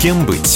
Кем быть?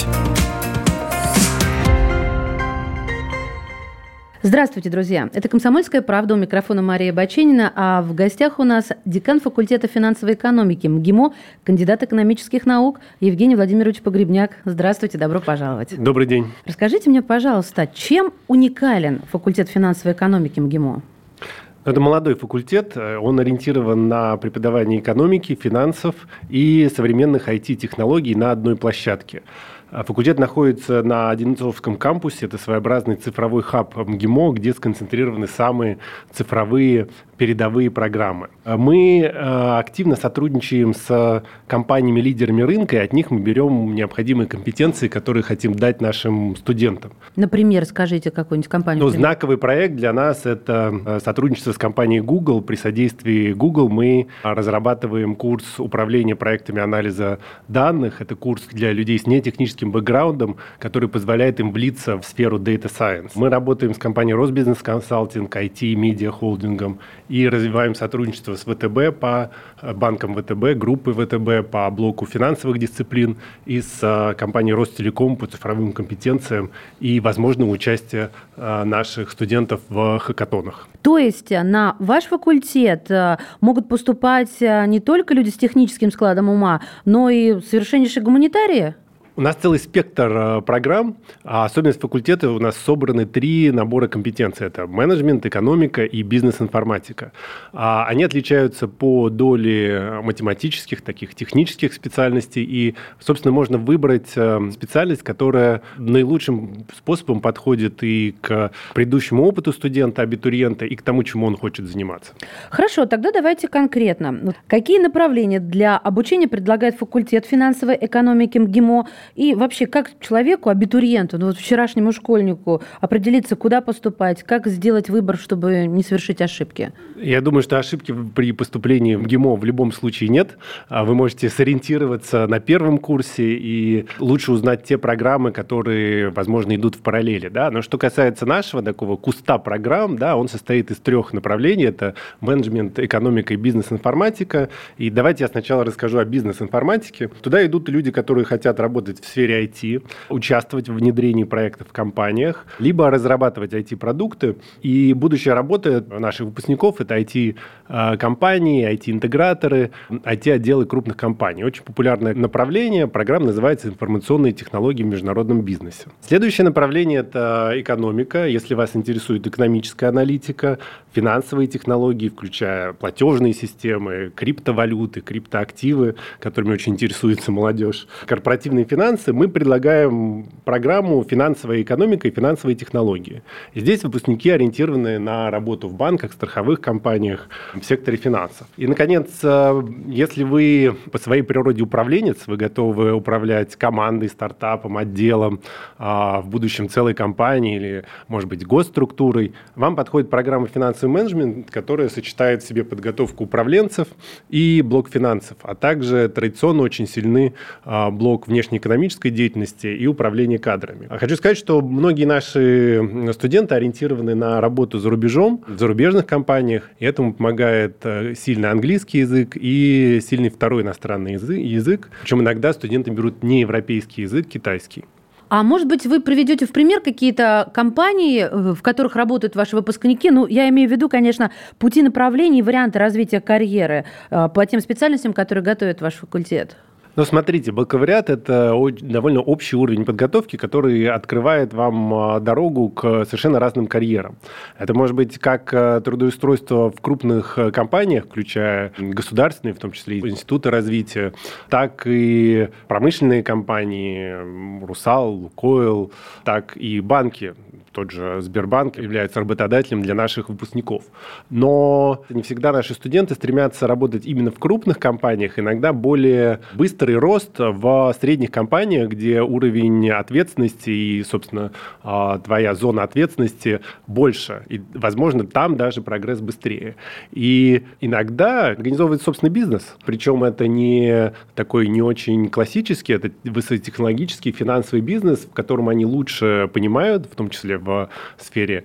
Здравствуйте, друзья. Это «Комсомольская правда», у микрофона Мария Баченина, а в гостях у нас декан факультета финансовой экономики МГИМО, кандидат экономических наук Евгений Владимирович Погребняк. Здравствуйте, добро пожаловать. Добрый день. Расскажите мне, пожалуйста, чем уникален факультет финансовой экономики МГИМО? Это молодой факультет, он ориентирован на преподавание экономики, финансов и современных IT-технологий на одной площадке. Факультет находится на Одинцовском кампусе, это своеобразный цифровой хаб МГИМО, где сконцентрированы самые цифровые передовые программы. Мы активно сотрудничаем с компаниями-лидерами рынка, и от них мы берем необходимые компетенции, которые хотим дать нашим студентам. Например, скажите какую-нибудь компанию. Знаковый проект для нас – это сотрудничество с компанией Google. При содействии Google мы разрабатываем курс управления проектами анализа данных. Это курс для людей с нетехническим бэкграундом, который позволяет им влиться в сферу Data Science. Мы работаем с компанией Росбизнес Консалтинг, IT, Медиа Холдингом и развиваем сотрудничество с ВТБ по банкам ВТБ, группой ВТБ по блоку финансовых дисциплин и с компанией Ростелеком по цифровым компетенциям и возможного участия наших студентов в хакатонах. То есть на ваш факультет могут поступать не только люди с техническим складом ума, но и совершеннейшие гуманитарии? У нас целый спектр программ, а особенность факультета у нас собраны 3 набора компетенций. Это менеджмент, экономика и бизнес-информатика. Они отличаются по доле математических, таких технических специальностей. И, собственно, можно выбрать специальность, которая наилучшим способом подходит и к предыдущему опыту студента, абитуриента, и к тому, чему он хочет заниматься. Хорошо, тогда давайте конкретно. Какие направления для обучения предлагает факультет финансовой экономики МГИМО? И вообще, как человеку, абитуриенту, вчерашнему школьнику определиться, куда поступать, как сделать выбор, чтобы не совершить ошибки? Я думаю, что ошибки при поступлении в МГИМО в любом случае нет. Вы можете сориентироваться на первом курсе и лучше узнать те программы, которые, возможно, идут в параллели. Да? Но что касается нашего такого куста программ, да, он состоит из 3 направлений. Это менеджмент, экономика и бизнес-информатика. И давайте я сначала расскажу о бизнес-информатике. Туда идут люди, которые хотят работать в сфере IT, участвовать в внедрении проектов в компаниях, либо разрабатывать IT-продукты. И будущая работа наших выпускников – это IT-компании, IT-интеграторы, IT-отделы крупных компаний. Очень популярное направление. Программа называется «Информационные технологии в международном бизнесе». Следующее направление – это экономика. Если вас интересует экономическая аналитика, финансовые технологии, включая платежные системы, криптовалюты, криптоактивы, которыми очень интересуется молодежь, корпоративные финансы, мы предлагаем программу «Финансовая экономика и финансовые технологии». И здесь выпускники ориентированы на работу в банках, страховых компаниях, в секторе финансов. И, наконец, если вы по своей природе управленец, вы готовы управлять командой, стартапом, отделом, в будущем целой компанией или, может быть, госструктурой, вам подходит программа «Финансовый менеджмент», которая сочетает в себе подготовку управленцев и блок финансов, а также традиционно очень сильный блок внешнеэкономической деятельности и управления кадрами. Хочу сказать, что многие наши студенты ориентированы на работу за рубежом, в зарубежных компаниях, и этому помогает сильный английский язык и сильный второй иностранный язык. Причем иногда студенты берут не европейский язык, китайский. А может быть, вы приведете в пример какие-то компании, в которых работают ваши выпускники? Я имею в виду, конечно, пути направлений и варианты развития карьеры по тем специальностям, которые готовит ваш факультет. Смотрите, бакалавриат – это довольно общий уровень подготовки, который открывает вам дорогу к совершенно разным карьерам. Это может быть как трудоустройство в крупных компаниях, включая государственные, в том числе и институты развития, так и промышленные компании, Русал, Лукойл, так и банки. Тот же Сбербанк является работодателем для наших выпускников. Но не всегда наши студенты стремятся работать именно в крупных компаниях, иногда более быстрый рост в средних компаниях, где уровень ответственности и, собственно, твоя зона ответственности больше. И, возможно, там даже прогресс быстрее. И иногда организовывать собственный бизнес. Причем это не такой не очень классический, это высокотехнологический финансовый бизнес, в котором они лучше понимают, в том числе в сфере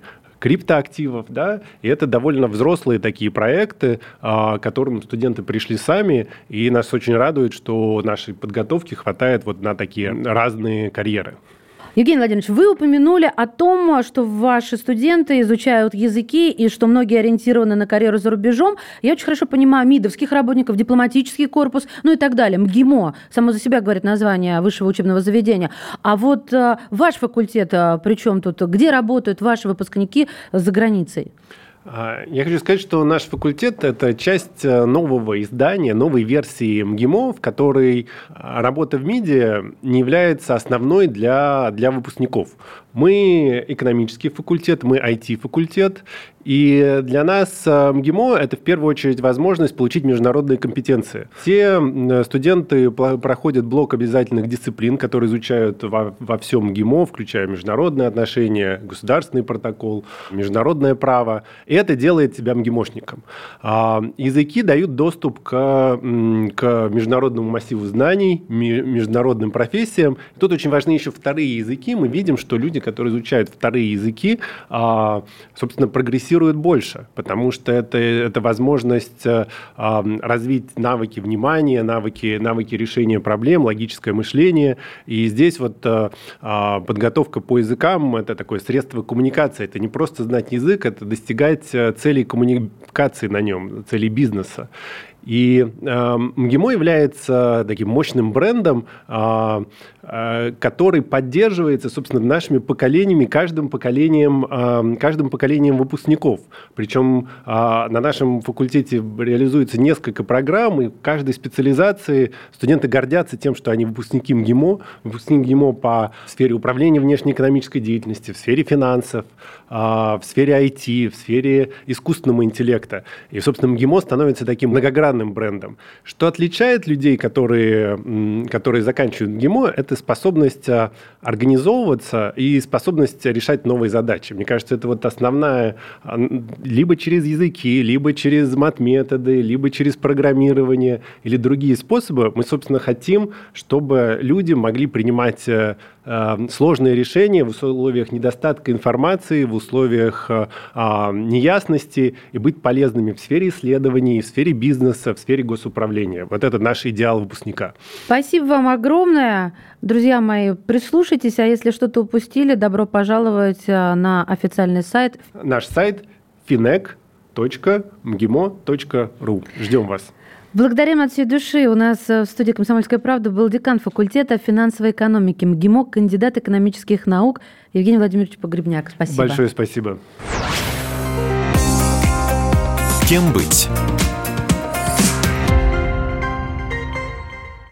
криптоактивов, да, и это довольно взрослые такие проекты, к которым студенты пришли сами, и нас очень радует, что нашей подготовки хватает вот на такие разные карьеры. Евгений Владимирович, вы упомянули о том, что ваши студенты изучают языки и что многие ориентированы на карьеру за рубежом. Я очень хорошо понимаю МИДовских работников, дипломатический корпус, ну и так далее. МГИМО, само за себя говорит название высшего учебного заведения. А вот ваш факультет, при чем тут? Где работают ваши выпускники за границей? Я хочу сказать, что наш факультет – это часть нового издания, новой версии МГИМО, в которой работа в МИДе не является основной для выпускников. Мы экономический факультет, мы IT-факультет, и для нас МГИМО – это в первую очередь возможность получить международные компетенции. Все студенты проходят блок обязательных дисциплин, которые изучают во всем МГИМО, включая международные отношения, государственный протокол, международное право. И это делает тебя МГИМОшником. Языки дают доступ к международному массиву знаний, международным профессиям. Тут очень важны еще вторые языки. Мы видим, что люди, которые изучают вторые языки, собственно, прогрессируют больше, потому что это возможность развить навыки внимания, навыки решения проблем, логическое мышление. И здесь вот подготовка по языкам – это такое средство коммуникации. Это не просто знать язык, это достигать целей коммуникации на нем, целей бизнеса. И МГИМО является таким мощным брендом, который поддерживается, собственно, нашими поколениями, каждым поколением выпускников. Причем на нашем факультете реализуется несколько программ, и в каждой специализации студенты гордятся тем, что они выпускники МГИМО по сфере управления внешнеэкономической деятельностью, в сфере финансов, в сфере IT, в сфере искусственного интеллекта. И, собственно, МГИМО становится таким многогранным брендом. Что отличает людей, которые заканчивают МГИМО, это способность организовываться и способность решать новые задачи. Мне кажется, это вот основная, либо через языки, либо через мат-методы, либо через программирование или другие способы. Мы, собственно, хотим, чтобы люди могли принимать сложные решения в условиях недостатка информации, в условиях неясности и быть полезными в сфере исследований, в сфере бизнеса, в сфере госуправления. Вот это наш идеал выпускника. Спасибо вам огромное. Друзья мои, прислушайтесь, а если что-то упустили, добро пожаловать на официальный сайт. Наш сайт finec.mgimo.ru. Ждем вас. Благодарим от всей души. У нас в студии «Комсомольская правда» был декан факультета финансовой экономики МГИМО, кандидат экономических наук Евгений Владимирович Погребняк. Спасибо. Большое спасибо. Кем быть?